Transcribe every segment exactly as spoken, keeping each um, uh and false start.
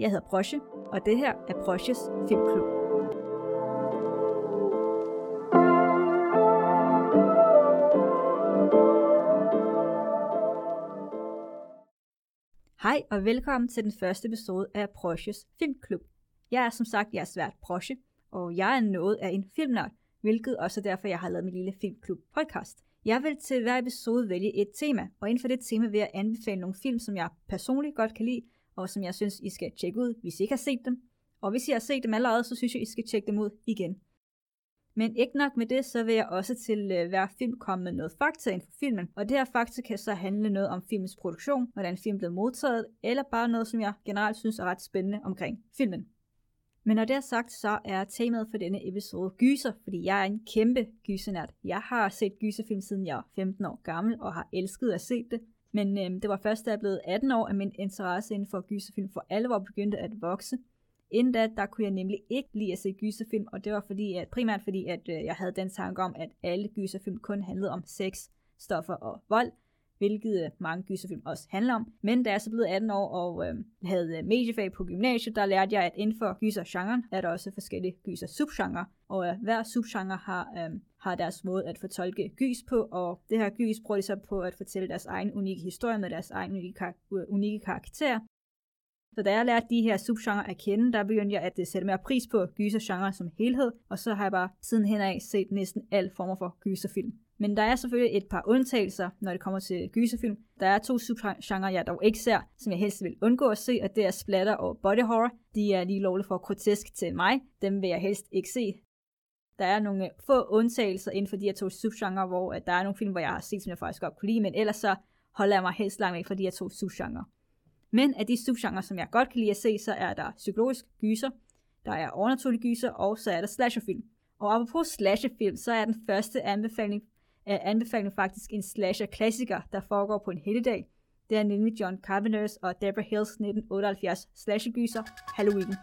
jeg hedder Prosje, og det her er Prosjes Filmklub. Hej og velkommen til den første episode af Prosjes Filmklub. Jeg er som sagt jeres vært Prosje, og jeg er noget af en filmnørd, hvilket også er derfor, jeg har lavet min lille Filmklub podcast. Jeg vil til hver episode vælge et tema, og inden for det tema vil jeg anbefale nogle film, som jeg personligt godt kan lide, og som jeg synes, I skal tjekke ud, hvis I ikke har set dem. Og hvis I har set dem allerede, så synes jeg, I skal tjekke dem ud igen. Men ikke nok med det, så vil jeg også til uh, hver film komme med noget fakta inden for filmen. Og det her fakta kan så handle noget om filmens produktion, hvordan filmen blev modtaget, eller bare noget, som jeg generelt synes er ret spændende omkring filmen. Men når det er sagt, så er temaet for denne episode gyser, fordi jeg er en kæmpe gysernørd. Jeg har set gyserfilm siden jeg var femten år gammel, og har elsket at se det. Men øhm, det var først, da jeg blev atten år, at min interesse inden for gyserfilm for alvor begyndte at vokse. Inden da, der kunne jeg nemlig ikke lide at se gyserfilm, og det var fordi, at, primært fordi, at øh, jeg havde den tanke om, at alle gyserfilm kun handlede om sex, stoffer og vold, hvilket øh, mange gyserfilm også handler om. Men da jeg så blev atten år og øh, havde mediefag på gymnasiet, der lærte jeg, at inden for gysergenren er der også forskellige gyser-subgenre, og øh, hver subgenre har, øh, har deres måde at fortolke gys på, og det her gys bruger de så på at fortælle deres egen unikke historie med deres egen unikke, kar- unikke karakterer. Så da jeg lærte de her subgenre at kende, der begyndte jeg at sætte mere pris på gysergenren som helhed, og så har jeg bare sidenhen af set næsten alle former for gyserfilm. Men der er selvfølgelig et par undtagelser, når det kommer til gyserfilm. Der er to subgenre, jeg dog ikke ser, som jeg helst vil undgå at se, og det er splatter og body horror. De er lige lovligt for grotesk til mig. Dem vil jeg helst ikke se. Der er nogle få undtagelser inden for de her to subgenre, hvor der er nogle film, hvor jeg har set, som jeg faktisk godt kunne lide, men ellers så holder jeg mig helst langt væk fra de her to subgenre. Men af de subgenre, som jeg godt kan lide at se, så er der psykologisk gyser, der er overnaturlig gyser, og så er der slasherfilm. Og apropos slasherfilm, så er den første anbefaling, uh, anbefaling faktisk en slasher-klassiker, der foregår på en helligdag. Det er nemlig John Carpenters og Deborah Hills nitten otteoghalvfjerds slasher-gyser Halloween.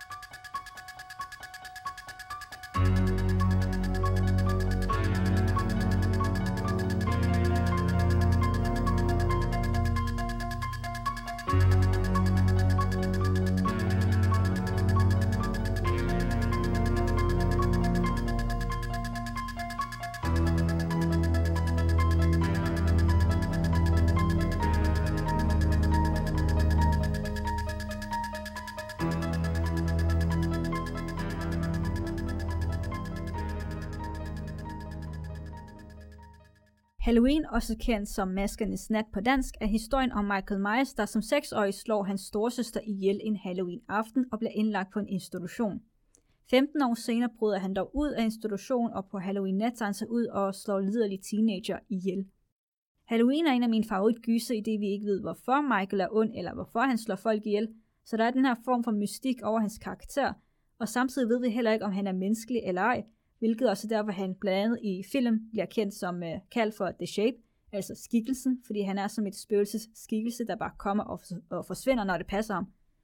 Halloween, også kendt som Maskernes Nat på dansk, er historien om Michael Myers, der som seksårig slår hans storesøster ihjel en Halloween-aften og bliver indlagt på en institution. femten år senere bryder han dog ud af institutionen, og på Halloween-nat tager han sig ud og slår liderlige teenager ihjel. Halloween er en af mine favoritgyser, i det vi ikke ved, hvorfor Michael er ond, eller hvorfor han slår folk ihjel, så der er den her form for mystik over hans karakter, og samtidig ved vi heller ikke, om han er menneskelig eller ej, hvilket også derfor han blandt andet i film bliver kendt som uh, kaldt for The Shape, altså skikkelsen, fordi han er som et spøgelsesskikkelse, der bare kommer og, og forsvinder, når det passer ham.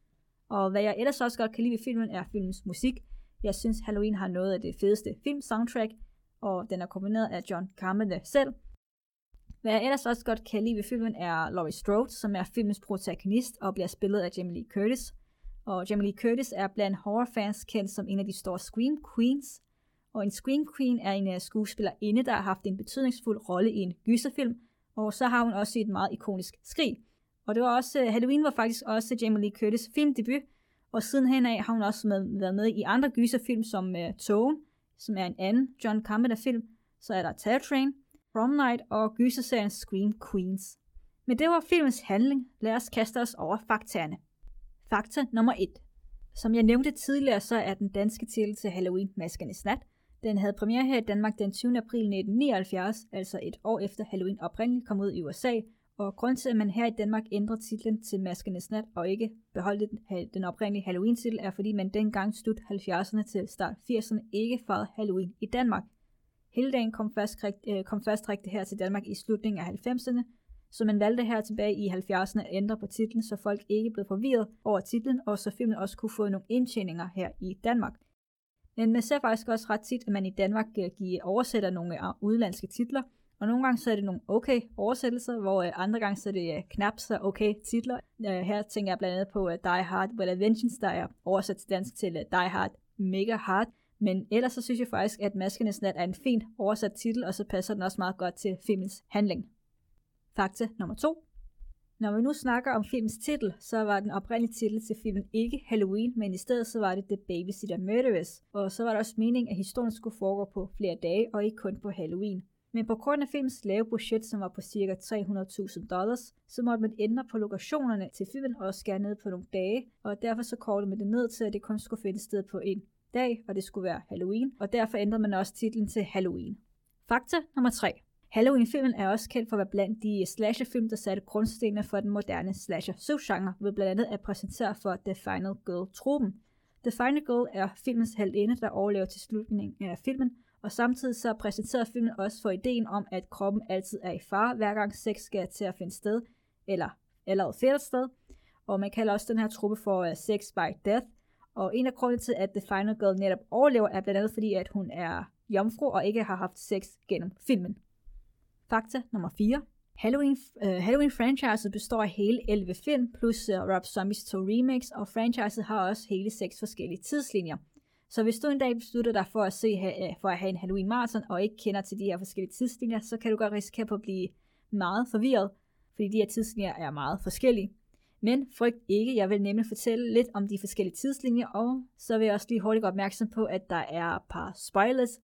Og hvad jeg ellers også godt kan lide ved filmen, er filmens musik. Jeg synes, Halloween har noget af det fedeste film-soundtrack, og den er kombineret af John Carpenter selv. Hvad jeg ellers også godt kan lide ved filmen, er Laurie Strode, som er filmens protagonist og bliver spillet af Jamie Lee Curtis. Og Jamie Lee Curtis er blandt horrorfans kendt som en af de store Scream Queens. Og en Scream Queen er en skuespillerinde, der har haft en betydningsfuld rolle i en gyserfilm, og så har hun også et meget ikonisk skrig. Og det var også, Halloween var faktisk også Jamie Lee Curtis' filmdebut, og sidenhen af har hun også med, været med i andre gyserfilm som uh, Togen, som er en anden John Carpenter film, så er der Terror Train, Prom Night og gyserserien Scream Queens. Men det var filmens handling. Lad os kaste os over faktaerne. Fakta nummer et. Som jeg nævnte tidligere, så er den danske titel til Halloween Maskernes Nat. Den havde premiere her i Danmark den tyvende april nitten nioghalvfjerds, altså et år efter Halloween oprindeligt kom ud i U S A, og grund til, at man her i Danmark ændrede titlen til Maskernes Nat og ikke beholdt den oprindelige Halloween-titel, er fordi man dengang slut halvfjerdserne til start firserne ikke fejrede Halloween i Danmark. Helligdagen kom først, kom først rigtig her til Danmark i slutningen af halvfemserne, så man valgte her tilbage i halvfjerdserne at ændre på titlen, så folk ikke blev forvirret over titlen, og så filmen også kunne få nogle indtjeninger her i Danmark. Men man ser faktisk også ret tit, at man i Danmark giver oversætter nogle udlandske titler, Og nogle gange så er det nogle okay oversættelser, hvor øh, andre gange så er det øh, knap så okay titler. Øh, her tænker jeg blandt andet på øh, Die Hard with a Vengeance, der er oversat til dansk til øh, Die Hard Mega Hard. Men ellers så synes jeg faktisk, at Maskernes Nat er en fin oversat titel, og så passer den også meget godt til filmens handling. Fakta nummer to. Når vi nu snakker om filmens titel, så var den oprindelige titel til filmen ikke Halloween, men i stedet så var det The Babysitter Murderess. Og så var der også meningen, at historien skulle foregå på flere dage, og ikke kun på Halloween. Men på grund af filmens lave budget, som var på ca. tre hundrede tusind dollars, så måtte man ændre på lokationerne til filmen og skære ned på nogle dage, og derfor så kortede man det ned til, at det kun skulle finde sted på en dag, og det skulle være Halloween, og derfor ændrede man også titlen til Halloween. Fakta nummer tre. Halloween-filmen er også kendt for at være blandt de slasherfilm, der satte grundstenene for den moderne slasher-subgenre, ved blandt andet at præsentere for The Final Girl-truppen. The Final Girl er filmens heltinde, der overlever til slutningen af filmen, og samtidig så præsenterer filmen også for ideen om, at kroppen altid er i fare, hver gang sex skal til at finde sted, eller allerede finder sted. Og man kalder også den her truppe for uh, Sex by Death. Og en af grundene til, at The Final Girl netop overlever, er blandt andet fordi, at hun er jomfru og ikke har haft sex gennem filmen. Fakta nummer fire. Halloween, uh, Halloween-franchiset består af hele elleve film, plus uh, Rob Zombies to remakes, og franchiset har også hele seks forskellige tidslinjer. Så hvis du en dag beslutter dig for at, se, uh, for at have en Halloween-marathon, og ikke kender til de her forskellige tidslinjer, så kan du godt risikere på at blive meget forvirret, fordi de her tidslinjer er meget forskellige. Men frygt ikke, jeg vil nemlig fortælle lidt om de forskellige tidslinjer, og så vil jeg også lige hurtigt gøre opmærksom på, at der er et par spoilers.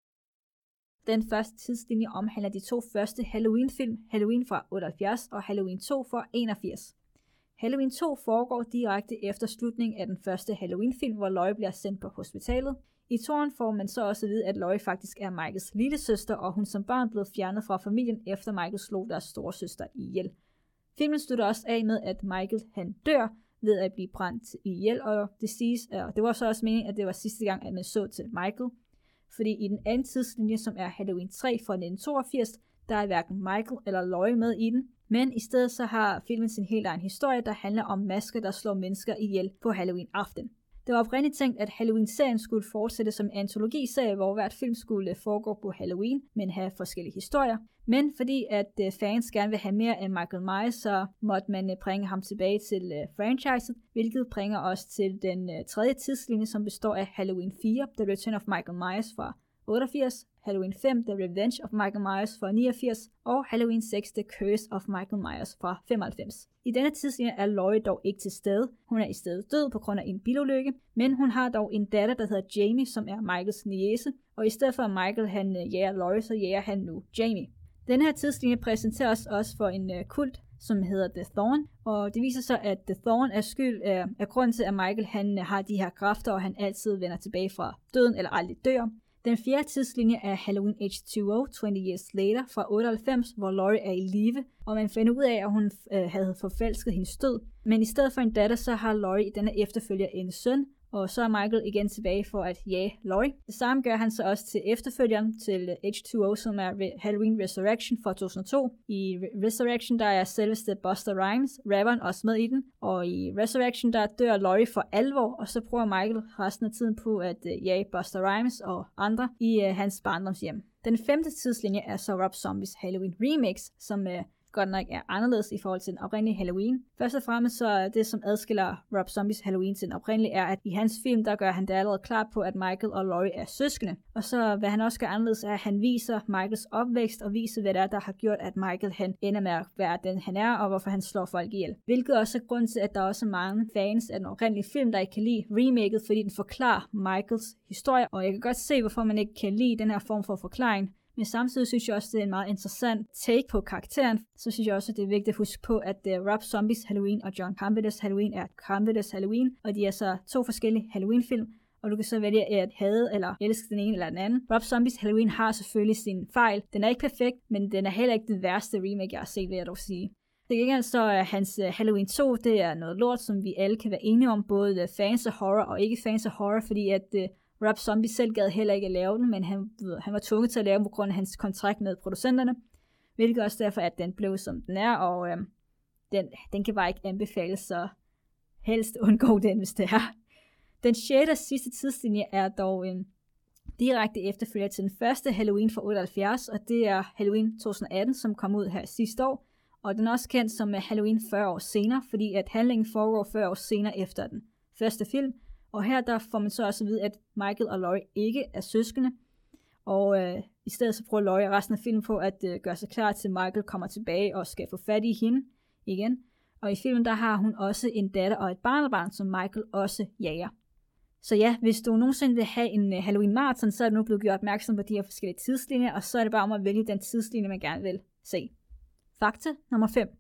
Den første tidslinje omhandler de to første Halloween-film, Halloween fra otteoghalvfjerds og Halloween to fra enogfirs. Halloween to foregår direkte efter slutningen af den første Halloween-film, hvor Laurie bliver sendt på hospitalet. I toren får man så også at vide, at Laurie faktisk er Michaels lille søster, og hun som barn blev fjernet fra familien, efter Michael slog deres store søster ihjel. Filmen slutter også af med, at Michael han dør ved at blive brændt ihjel, og det siges, og det var så også meningen, at det var sidste gang, at man så til Michael. Fordi i den anden tidslinje, som er Halloween tre fra nitten toogfirs, der er hverken Michael eller Laurie med i den, men i stedet så har filmen sin helt egen historie, der handler om masker, der slår mennesker ihjel på Halloween-aften. Det var oprindeligt tænkt, at Halloween-serien skulle fortsætte som en antologiserie, hvor hvert film skulle foregå på Halloween, men have forskellige historier. Men fordi at fans gerne vil have mere end Michael Myers, så måtte man bringe ham tilbage til franchiset, hvilket bringer os til den tredje tidslinje, som består af Halloween fire, The Return of Michael Myers fra otteogfirs, Halloween fem, The Revenge of Michael Myers fra niogfirs, og Halloween seks, The Curse of Michael Myers fra femoghalvfems. I denne tidslinje er Laurie dog ikke til stede. Hun er i stedet død på grund af en bilulykke, men hun har dog en datter, der hedder Jamie, som er Michaels niece, og i stedet for at Michael han jager Laurie, så jager han nu Jamie. Den her tidslinje præsenterer os også for en uh, kult, som hedder The Thorn, og det viser sig, at The Thorn er skyld af, af grunden til, at Michael han har de her kræfter, og han altid vender tilbage fra døden eller aldrig dør. Den fjerde tidslinje er Halloween H to O, tyve Years Later fra otteoghalvfems, hvor Laurie er i live, og man finder ud af, at hun øh, havde forfalsket hendes død. Men i stedet for en datter, så har Laurie i denne efterfølger en søn, og så er Michael igen tilbage for at jage Laurie. Det samme gør han så også til efterfølgeren til H to O, som er Halloween Resurrection fra to tusind og to. I Resurrection der er selveste Busta Rhymes, rapperen, også med i den. Og i Resurrection der dør Laurie for alvor, og så bruger Michael resten af tiden på at uh, jage Busta Rhymes og andre i uh, hans barndomshjem. Den femte tidslinje er så Rob Zombies Halloween Remix, som uh, godt nok er anderledes i forhold til den oprindelige Halloween. Først og fremmest så er det, som adskiller Rob Zombies Halloween til den oprindelige, er, at i hans film, der gør han det allerede klart på, at Michael og Laurie er søskende. Og så, hvad han også gør anderledes, er, at han viser Michaels opvækst og viser, hvad det er, der har gjort, at Michael han ender med at være den, han er, og hvorfor han slår folk ihjel. Hvilket også er grund til, at der er også mange fans af den oprindelige film, der ikke kan lide remaket, fordi den forklarer Michaels historie. Og jeg kan godt se, hvorfor man ikke kan lide den her form for forklaring. Men samtidig synes jeg også, det er en meget interessant take på karakteren. Så synes jeg også, at det er vigtigt at huske på, at uh, Rob Zombies Halloween og John Carpenter's Halloween er Carpenter's Halloween. Og de er så to forskellige Halloween-film. Og du kan så vælge at hade eller elske den ene eller den anden. Rob Zombies Halloween har selvfølgelig sin fejl. Den er ikke perfekt, men den er heller ikke den værste remake, jeg har set, vil jeg dog sige. Det gengæld så er hans Halloween to, det er noget lort, som vi alle kan være enige om. Både fans af horror og ikke fans af horror, fordi at uh, Rob Zombie selv gad heller ikke at lave den, men han, han var tvunget til at lave den på grund af hans kontrakt med producenterne, hvilket også derfor, at den blev som den er, og øhm, den, den kan bare ikke anbefales, så helst undgå den, hvis det er. Den sjette og sidste tidslinje er dog en direkte efterfølger til den første Halloween fra otteoghalvfjerds, og det er Halloween to tusind atten, som kom ud her sidste år. Og den er også kendt som Halloween fyrre år senere, fordi at handlingen foregår fyrre år senere efter den første film. Og her der får man så også at vide, at Michael og Laurie ikke er søskende. Og øh, i stedet så prøver Laurie resten af filmen på at øh, gøre sig klar til Michael kommer tilbage og skal få fat i hende igen. Og i filmen der har hun også en datter og et barnebarn, som Michael også jager. Så ja, hvis du nogensinde vil have en uh, Halloween marathon, så er du nu blevet gjort opmærksom på de her forskellige tidslinjer, og så er det bare om at vælge den tidslinje, man gerne vil se. Fakta nummer fem.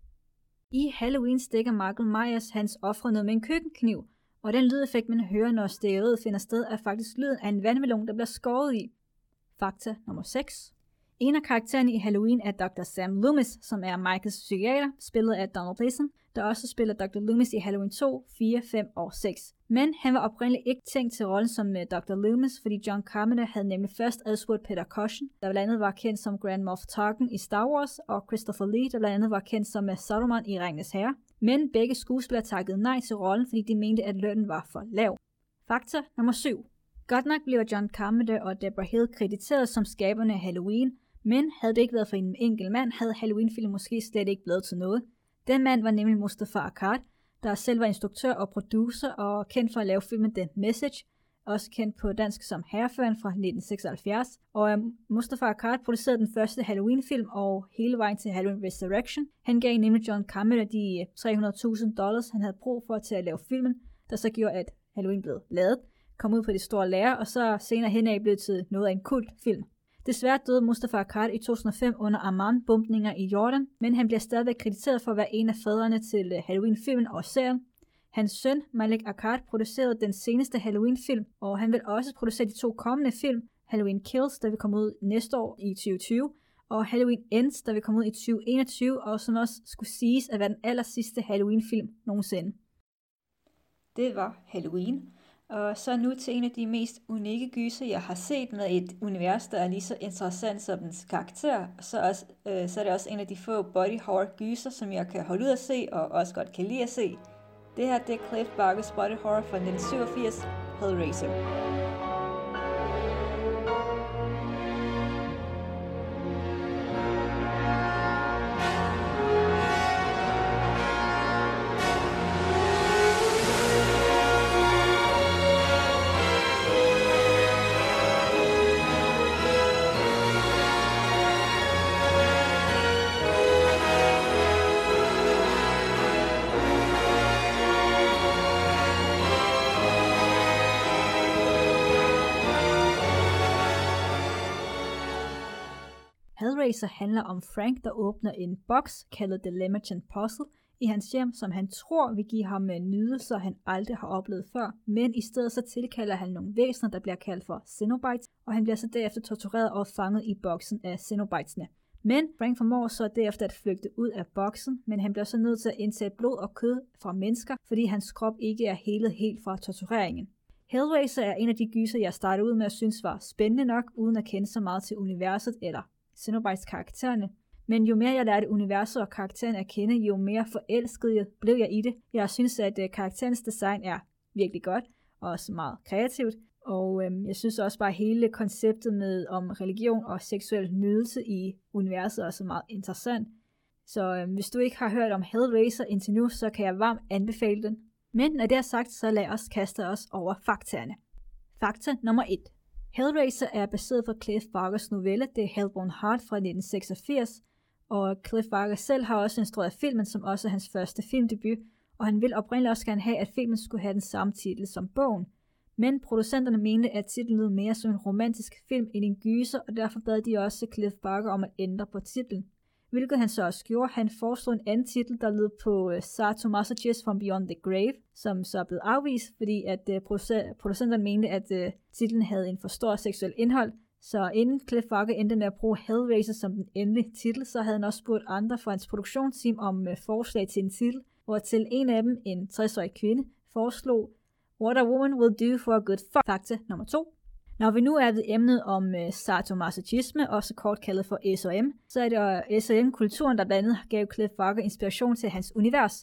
I Halloween stikker Michael Myers hans ofre ned med en køkkenkniv, og den lydeffekt, man hører, når stikkeriet finder sted, er faktisk lyden af en vandmelon, der bliver skåret i. Fakta nummer seks. En af karaktererne i Halloween er doktor Sam Loomis, som er Michaels psykiater, spillet af Donald Pleasence, der også spiller doktor Loomis i Halloween to, fire, fem og seks. Men han var oprindeligt ikke tænkt til rollen som doktor Loomis, fordi John Carpenter havde nemlig først adspurgt Peter Cushing, der blandt andet var kendt som Grand Moff Tarkin i Star Wars, og Christopher Lee, der blandt andet var kendt som Saruman i Ringenes Herre. Men begge skuespillere takkede nej til rollen, fordi de mente, at lønnen var for lav. Fakta nummer syv. Godt nok bliver John Carpenter og Deborah Hill krediteret som skaberne af Halloween, men havde det ikke været for en enkelt mand, havde Halloween-filmen måske slet ikke blevet til noget. Den mand var nemlig Mustafa Akkad, der selv var instruktør og producer og kendt for at lave filmen The Message, også kendt på dansk som Hærføreren fra nitten seksoghalvfjerds. Og Mustafa Akkad producerede den første Halloween-film og hele vejen til Halloween Resurrection. Han gav nemlig John Carpenter de tre hundrede tusind dollars, han havde brug for til at lave filmen, der så gjorde, at Halloween blev lavet, kom ud på det store lærred, og så senere henad blev til noget af en kultfilm. Desværre døde Mustafa Akkad i to tusind og fem under Amman-bombninger i Jordan, men han bliver stadigvæk krediteret for at være en af fædrene til Halloween-filmen og serien. Hans søn, Malik Akkad, producerede den seneste Halloween-film, og han vil også producere de to kommende film, Halloween Kills, der vil komme ud næste år i tyve tyve, og Halloween Ends, der vil komme ud i tyve enogtyve, og som også skulle siges at være den aller sidste Halloween-film nogensinde. Det var Halloween. Og så nu til en af de mest unikke gyser, jeg har set med et univers, der er lige så interessant som dens karakter. Så, også, øh, så er det også en af de få body horror gyser, som jeg kan holde ud at se, og også godt kan lide at se. Det her det er Clive Barkers body horror fra nitten syvogfirs, Hellraiser. Hellraiser handler om Frank, der åbner en boks, kaldet The Lemmerton Puzzle, i hans hjem, som han tror vil give ham nydelser, han aldrig har oplevet før, men i stedet så tilkalder han nogle væsener, der bliver kaldt for Cenobites, og han bliver så derefter tortureret og fanget i boksen af Cenobitesne. Men Frank formår så derefter at flygte ud af boksen, men han bliver så nødt til at indtage blod og kød fra mennesker, fordi hans krop ikke er helet helt fra tortureringen. Hellraiser er en af de gyser, jeg startede ud med at synes var spændende nok, uden at kende så meget til universet eller Cenobites karaktererne. Men jo mere jeg lærte universet og karaktererne at kende, jo mere forelsket blev jeg i det. Jeg synes, at karakterens design er virkelig godt, og også meget kreativt. Og øhm, jeg synes også bare, at hele konceptet med om religion og seksuel nydelse i universet er også meget interessant. Så øhm, hvis du ikke har hørt om Hellraiser indtil nu, så kan jeg varmt anbefale den. Men når det er sagt, så lad os kaste os over faktaerne. Fakta nummer et. Hellraiser er baseret på Clive Barkers novelle The Hellbound Heart fra nitten seksogfirs, og Clive Barker selv har også instrueret filmen, som også er hans første filmdebut, og han ville oprindeligt også gerne have, at filmen skulle have den samme titel som bogen. Men producenterne mente, at titlen lød mere som en romantisk film end en gyser, og derfor bad de også Clive Barker om at ændre på titlen. Hvilket han så også gjorde. Han foreslog en anden titel, der lød på uh, Sadomasochism from Beyond the Grave, som så blev afvist, fordi at uh, producenterne mente, at uh, titlen havde en for stor seksuel indhold. Så inden Clive Barker endte med at bruge Hellraiser som den endelige titel, så havde han også spurgt andre fra hans produktionsteam om uh, forslag til en titel, hvor til en af dem, en tres-årig kvinde, foreslog What a Woman Will Do for a Good Fuck. Fakta nummer to. Når vi nu er ved emnet om uh, sadomasochisme, også kort kaldet for S O M, så er det uh, S O M-kulturen, der blandt andet gav Clive Barker inspiration til hans univers.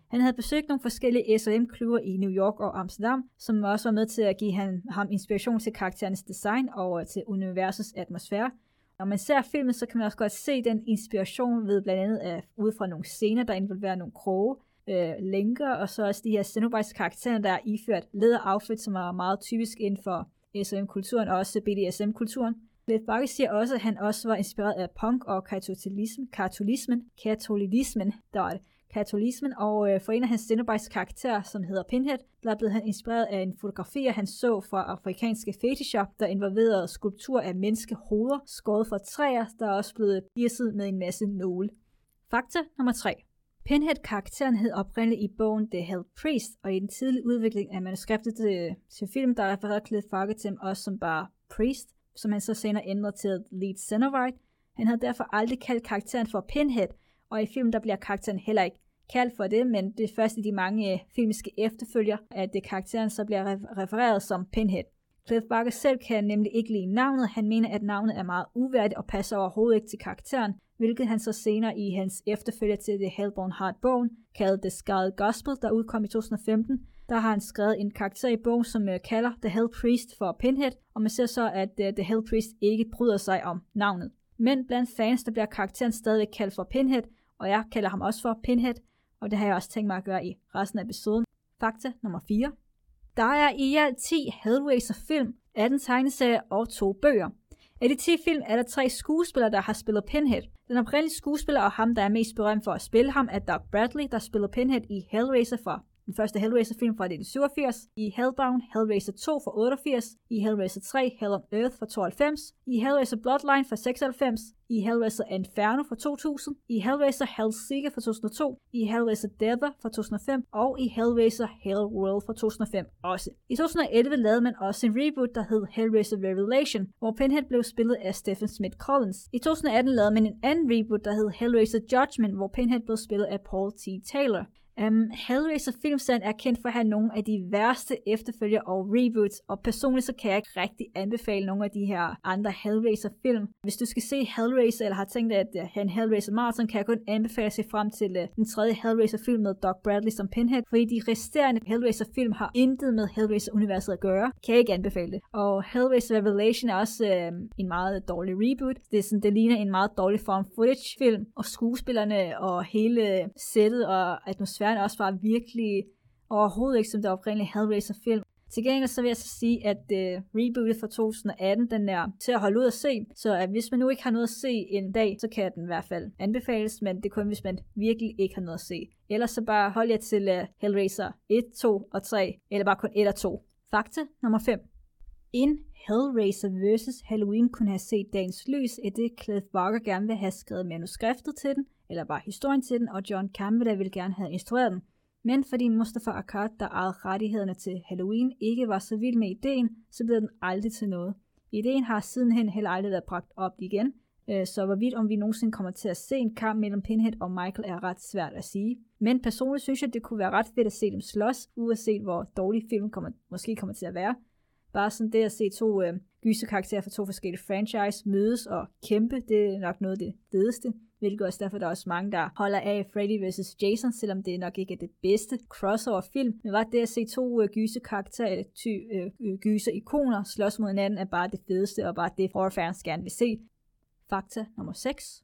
Han havde besøgt nogle forskellige S og M-klubber i New York og Amsterdam, som også var med til at give han, ham inspiration til karakterernes design og til universets atmosfære. Når man ser filmen, så kan man også godt se den inspiration ved blandt andet af, ud fra nogle scener, der involverer nogle kroge, øh, lænker, og så også de her Cenobites karakterer, der er iført læder-outfit, som er meget typisk inden for S og M-kulturen og også B D S M-kulturen. Cliff Barker siger også, at han også var inspireret af punk og katolicismen, katolicismen, katolicismen, der er det, katolicismen, og øh, for en af hans Cenobites karakterer, som hedder Pinhead, der blev han inspireret af en fotografi, han så fra afrikanske fetisher, der involverede skulptur af menneskehoveder, skåret fra træer, der er også blevet piercet med en masse nåle. Fakta nummer tre. Pinhead-karakteren hed oprindeligt i bogen The Hell Priest, og i den tidlige udvikling af manuskriptet til, til film, der refererede Cliff Barker til ham også som bare Priest, som han så senere ændrede til Lead Cenobite. Han havde derfor aldrig kaldt karakteren for Pinhead, og i filmen der bliver karakteren heller ikke kaldt for det, men det er først i de mange filmiske efterfølger, at det karakteren så bliver refereret som Pinhead. Cliff Barker selv kan nemlig ikke lide navnet. Han mener, at navnet er meget uværdigt og passer overhovedet ikke til karakteren, hvilket han så senere i hans efterfølger til The Hellbound Heart-bogen, kaldet The Scarlet Gospel, der udkom i to tusind og femten. Der har han skrevet en karakter i bogen, som kalder The Hell Priest for Pinhead, og man ser så, at The Hell Priest ikke bryder sig om navnet. Men blandt fans, der bliver karakteren stadigvæk kaldt for Pinhead, og jeg kalder ham også for Pinhead, og det har jeg også tænkt mig at gøre i resten af episoden. Fakta nummer fire. Der er i alt ti Hellraiser-film, atten tegneserier og to bøger. Af de ti film er der tre skuespillere, der har spillet Pinhead. Den oprindelige skuespiller og ham, der er mest berømt for at spille ham, er Doug Bradley, der spillede Pinhead i Hellraiser fra den første Hellraiser-film fra nitten syvogfirs, i Hellbound, Hellraiser to fra otteogfirs, i Hellraiser tre, Hell on Earth fra tooghalvfems, i Hellraiser Bloodline fra seksoghalvfems, i Hellraiser Inferno fra to tusind, i Hellraiser Hellseeker fra to tusind og to, i Hellraiser Deather fra to tusind og fem og i Hellraiser Hellworld fra to tusind og fem også. I to tusind og elleve lavede man også en reboot, der hed Hellraiser Revelation, hvor Pinhead blev spillet af Stephen Smith Collins. I to tusind og atten lavede man en anden reboot, der hed Hellraiser Judgment, hvor Pinhead blev spillet af Paul T. Taylor. Um, Hellraiser filmserien er kendt for at have nogle af de værste efterfølger og reboots, og personligt så kan jeg ikke rigtig anbefale nogle af de her andre Hellraiser film. Hvis du skal se Hellraiser, eller har tænkt at uh, have en Hellraiser marathon, kan jeg kun anbefale at se frem til uh, den tredje Hellraiser film med Doug Bradley som Pinhead, fordi de resterende Hellraiser film har intet med Hellraiser-universet at gøre. Kan jeg ikke anbefale det. Og Hellraiser Revelation er også uh, en meget dårlig reboot. Det, er sådan, det ligner en meget dårlig found footage film, og skuespillerne og hele sættet og atmosfæren også var virkelig overhovedet ikke som det oprindelige Hellraiser-film. Til gengæld så vil jeg så sige, at uh, rebootet fra to tusind og atten, den er til at holde ud at se, så at hvis man nu ikke har noget at se en dag, så kan den i hvert fald anbefales, men det er kun, hvis man virkelig ikke har noget at se. Ellers så bare hold jer til uh, Hellraiser et, to og tre, eller bare kun et og to. Fakta nummer fem. En Hellraiser versus. Halloween kunne have set dagens lys, i det Cliff Barker gerne vil have skrevet manuskriptet til den, eller bare historien til den, og John Campbell ville gerne have instrueret den. Men fordi Mustafa Akkad, der ejede rettighederne til Halloween, ikke var så vild med ideen, så blev den aldrig til noget. Ideen har sidenhen heller aldrig været bragt op igen, så hvorvidt om vi nogensinde kommer til at se en kamp mellem Pinhead og Michael er ret svært at sige. Men personligt synes jeg, det kunne være ret fedt at se dem slås, uanset hvor dårlig filmen kommer, måske kommer til at være. Bare sådan det at se to øh, gyserkarakterer fra to forskellige franchise mødes og kæmpe, det er nok noget af det fedeste. Hvilket også derfor, der er også mange, der holder af Freddy versus. Jason, selvom det nok ikke er det bedste crossover-film. Men var det at se to øh, gyserkarakterer, eller ty øh, gyser-ikoner slås mod hinanden, er bare det fedeste, og bare det horrorfans gerne vil se. Fakta nummer seks.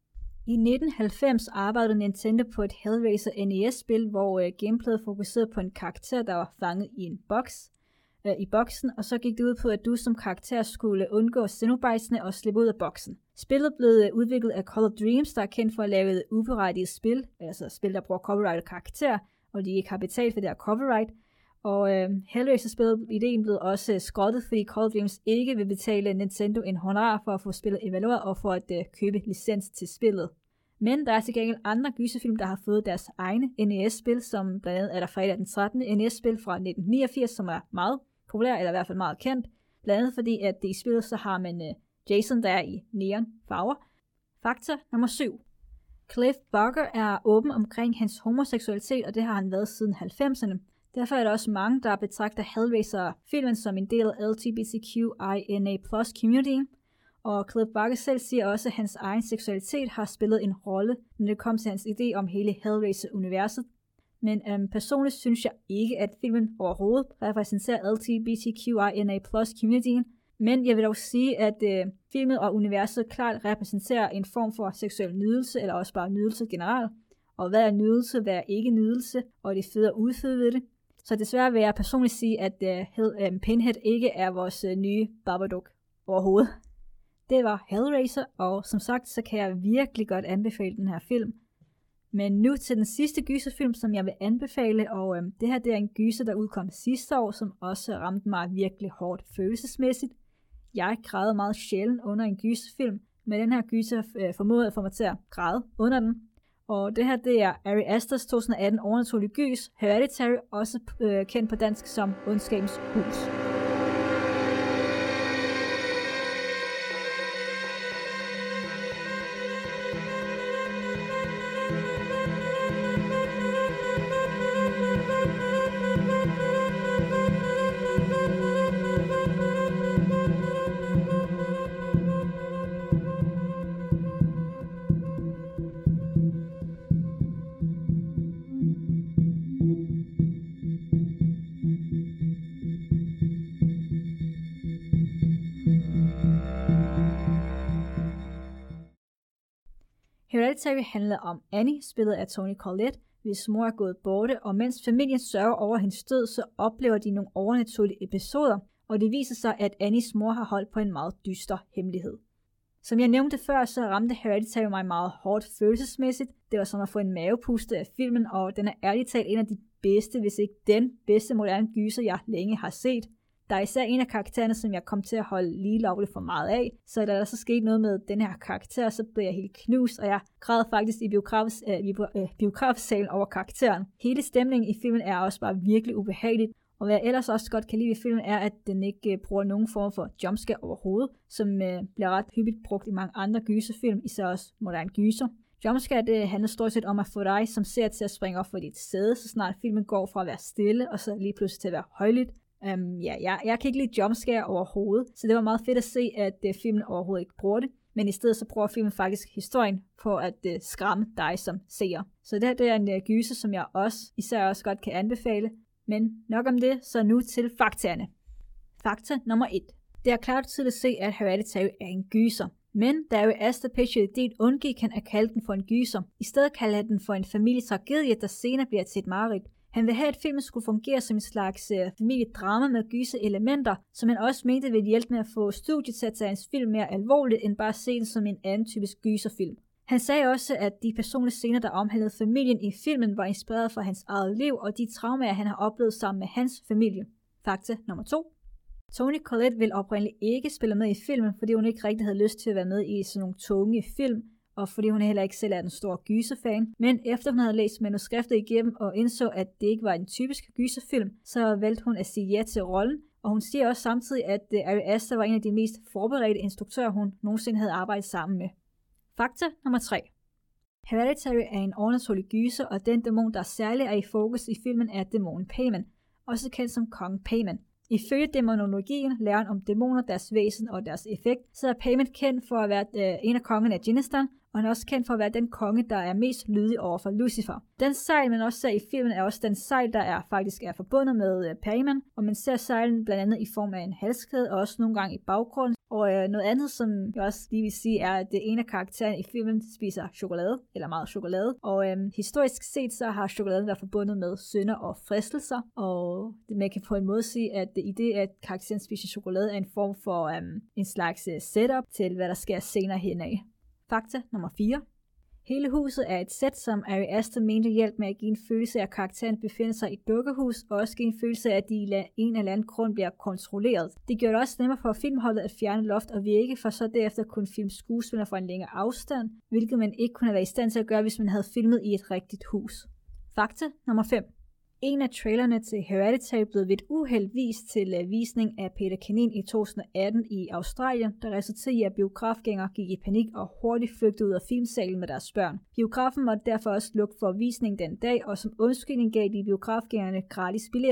I nitten halvfems arbejdede Nintendo på et Hellraiser N E S-spil, hvor øh, gameplayet fokuserede på en karakter, der var fanget i en boks. i boksen, og så gik det ud på, at du som karakter skulle undgå Cenobites'ne og slippe ud af boksen. Spillet blev udviklet af Call of Dreams, der er kendt for at lave uberettiget spil, altså spil, der bruger copyrighted karakter, og de ikke har betalt for det her copyright. Og øh, Hellraiser-spillet, ideen blev også skrottet, fordi Call of Dreams ikke vil betale Nintendo en honorar for at få spillet evalueret og for at øh, købe licens til spillet. Men der er til gengæld andre gyserfilm, der har fået deres egne N E S-spil, som blandt andet er der fredag den trettende N E S-spil fra nitten niogfirs, som er meget populær, eller i hvert fald meget kendt. Blandt andet fordi, at det i spillet så har man uh, Jason, der er i neon farver. Fakta nummer syv. Cliff Barker er åben omkring hans homoseksualitet, og det har han været siden halvfemserne. Derfor er der også mange, der betragter Hellraiser-filmen som en del af L G B T Q I N A plus community. Og Cliff Barker selv siger også, at hans egen seksualitet har spillet en rolle, når det kom til hans idé om hele Hellraiser-universet. Men øhm, personligt synes jeg ikke, at filmen overhovedet repræsenterer L G B T Q I N A plus communityen, men jeg vil dog sige, at øh, filmen og universet klart repræsenterer en form for seksuel nydelse, eller også bare nydelse generelt. Og hvad er nydelse, hvad er ikke nydelse, og det fede at udføre ved det. Så desværre vil jeg personligt sige, at øh, øh, Pinhead ikke er vores øh, nye Babadook overhovedet. Det var Hellraiser, og som sagt, så kan jeg virkelig godt anbefale den her film. Men nu til den sidste gyserfilm, som jeg vil anbefale, og øhm, det her det er en gyser, der udkom sidste år, som også ramte mig virkelig hårdt følelsesmæssigt. Jeg græder meget sjældent under en gyserfilm, men den her gyser øh, formåede at få mig til at græde under den. Og det her det er Ari Asters to tusind atten overnaturlige gys, Hereditary, også øh, kendt på dansk som Ondskabens Hus. Hereditary handler om Annie, spillet af Toni Collette, hvis mor er gået borte, og mens familien sørger over hendes død, så oplever de nogle overnaturlige episoder, og det viser sig, at Annies mor har holdt på en meget dyster hemmelighed. Som jeg nævnte før, så ramte Hereditary mig meget hårdt følelsesmæssigt. Det var som at få en mavepuste af filmen, og den er ærligt talt en af de bedste, hvis ikke den bedste moderne gyser, jeg længe har set. Der er især en af karaktererne, som jeg kom til at holde lige lovligt for meget af, så da der så skete noget med den her karakter, så blev jeg helt knust, og jeg græd faktisk i biografs, øh, biografsalen over karakteren. Hele stemningen i filmen er også bare virkelig ubehageligt, og hvad jeg ellers også godt kan lide i filmen er, at den ikke øh, bruger nogen form for jumpscare overhovedet, som øh, bliver ret hyppigt brugt i mange andre gyserfilm, især også moderne gyser. Jumpscare det handler stort set om at få dig som ser til at springe op for dit sæde, så snart filmen går fra at være stille, og så lige pludselig til at være højlydt. Um, ja, jeg, jeg kan ikke lide jumpscare overhovedet, så det var meget fedt at se, at uh, filmen overhovedet ikke bruger det. Men i stedet så bruger filmen faktisk historien på at uh, skræmme dig som seer. Så det her det er en uh, gyser, som jeg også især også godt kan anbefale. Men nok om det, så nu til faktaerne. Fakta nummer et. Det er klart tydeligt at se, at Hereditary er en gyser. Men da Ari Aster pitchede ideen, undgik han at kalde den for en gyser. I stedet kalder han den for en familietragedie, der senere bliver til et mareridt. Han ville have, at filmen skulle fungere som en slags uh, familiedrama med gyse elementer, som han også mente ville hjælpe med at få studiet til at tage hans film mere alvorligt, end bare se den som en anden typisk gyserfilm. Han sagde også, at de personlige scener, der omhandlede familien i filmen, var inspireret fra hans eget liv og de traumer, han har oplevet sammen med hans familie. Fakta nummer to. Toni Collette ville oprindeligt ikke spille med i filmen, fordi hun ikke rigtig havde lyst til at være med i sådan nogle tunge film, og fordi hun heller ikke selv er den store gyserfan. Men efter hun havde læst manuskriptet igennem og indså, at det ikke var en typisk gyserfilm, så valgte hun at sige ja til rollen, og hun siger også samtidig, at Ari Aster var en af de mest forberedte instruktører, hun nogensinde havde arbejdet sammen med. Fakta nummer tre. Hereditary er en overnaturlig gyser, og den dæmon, der særligt er i fokus i filmen, er dæmonen Paimon, også kendt som Kong Paimon. Ifølge dæmonologien, læren om dæmoner, deres væsen og deres effekt, så er Paimon kendt for at være øh, en af kongerne af Djinistan, og han er også kendt for at være den konge, der er mest lydig over for Lucifer. Den sejl, man også ser i filmen, er også den sejl, der er faktisk er forbundet med øh, Paimon, og man ser sejlen blandt andet i form af en halskæde, og også nogle gange i baggrunden. Og øh, noget andet, som jeg også lige vil sige, er, at det ene af karaktererne i filmen spiser chokolade, eller meget chokolade. Og øh, historisk set, så har chokoladen været forbundet med synder og fristelser. Og det, man kan på en måde sige, at det, i det, at karakteren spiser chokolade, er en form for øh, en slags øh, setup til, hvad der sker senere henad. Fakta nummer fire. Hele huset er et sæt, som Ari Aster mente hjælp med at give en følelse af, at karakteren befinder sig i et dukkehus, og også give en følelse af, at de i en eller anden grund bliver kontrolleret. Det gjorde det også nemmere for filmholdet at fjerne loft og virke, for så derefter kunne filme skuespillere fra en længere afstand, hvilket man ikke kunne have været i stand til at gøre, hvis man havde filmet i et rigtigt hus. Fakta nummer fem. En af trailerne til Hereditary blev ved et uheld vist til uh, visning af Peter Kanin i to tusind atten i Australien, der resulterede i, at biografgængere gik i panik og hurtigt flygtede ud af filmsalen med deres børn. Biografen måtte derfor også lukke for visning den dag, og som undskyldning gav de biografgængerne gratis billetter.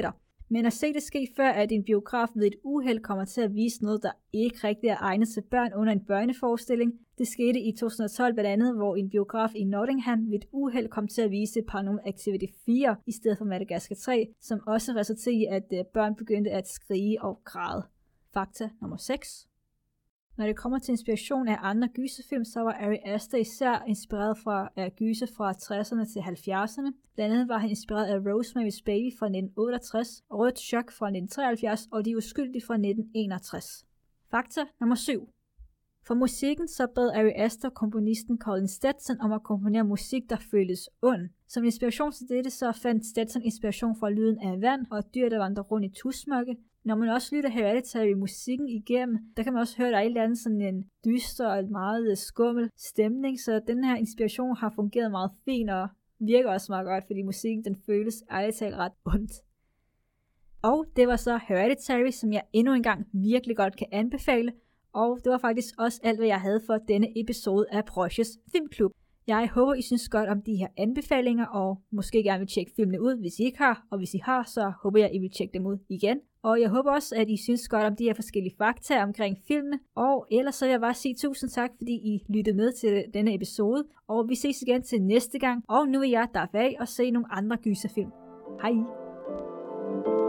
Men at se det ske før, at en biograf ved et uheld kommer til at vise noget, der ikke rigtig er egnet til børn under en børneforestilling. Det skete i to tusind og tolv blandt andet, hvor en biograf i Nottingham ved et uheld kom til at vise Paranormal Activity fire i stedet for Madagascar tre, som også resulterede i, at børn begyndte at skrige og græde. Fakta nummer seks. Når det kommer til inspiration af andre gyserfilm, så var Ari Aster især inspireret fra af gyser fra tresserne til halvfjerdserne. Blandt andet var han inspireret af Rosemary's Baby fra nitten otteogtres, Rødt Chok fra nitten treoghalvfjerds og De Uskyldige fra nitten enogtres. Fakta nummer syv. For musikken så bad Ari Aster komponisten Colin Stetson om at komponere musik, der føltes ond. Som inspiration til dette så fandt Stetson inspiration fra lyden af vand og dyr, der vandrer rundt i tusmørke. Når man også lytter Hereditary musikken igennem, der kan man også høre, at der er et eller andet sådan en dyster og meget skummel stemning, så den her inspiration har fungeret meget fint og virker også meget godt, fordi musikken den føles ærligt talt ret ondt. Og det var så Hereditary, som jeg endnu engang virkelig godt kan anbefale, og det var faktisk også alt, hvad jeg havde for denne episode af Prosjes Filmklub. Jeg håber, I synes godt om de her anbefalinger, og måske gerne vil tjekke filmene ud, hvis I ikke har, og hvis I har, så håber jeg, I vil tjekke dem ud igen. Og jeg håber også, at I synes godt om de her forskellige fakta omkring filmene, og ellers så vil jeg bare sige tusind tak, fordi I lyttede med til denne episode, og vi ses igen til næste gang, og nu er jeg der af og se nogle andre gyserfilm. Hej!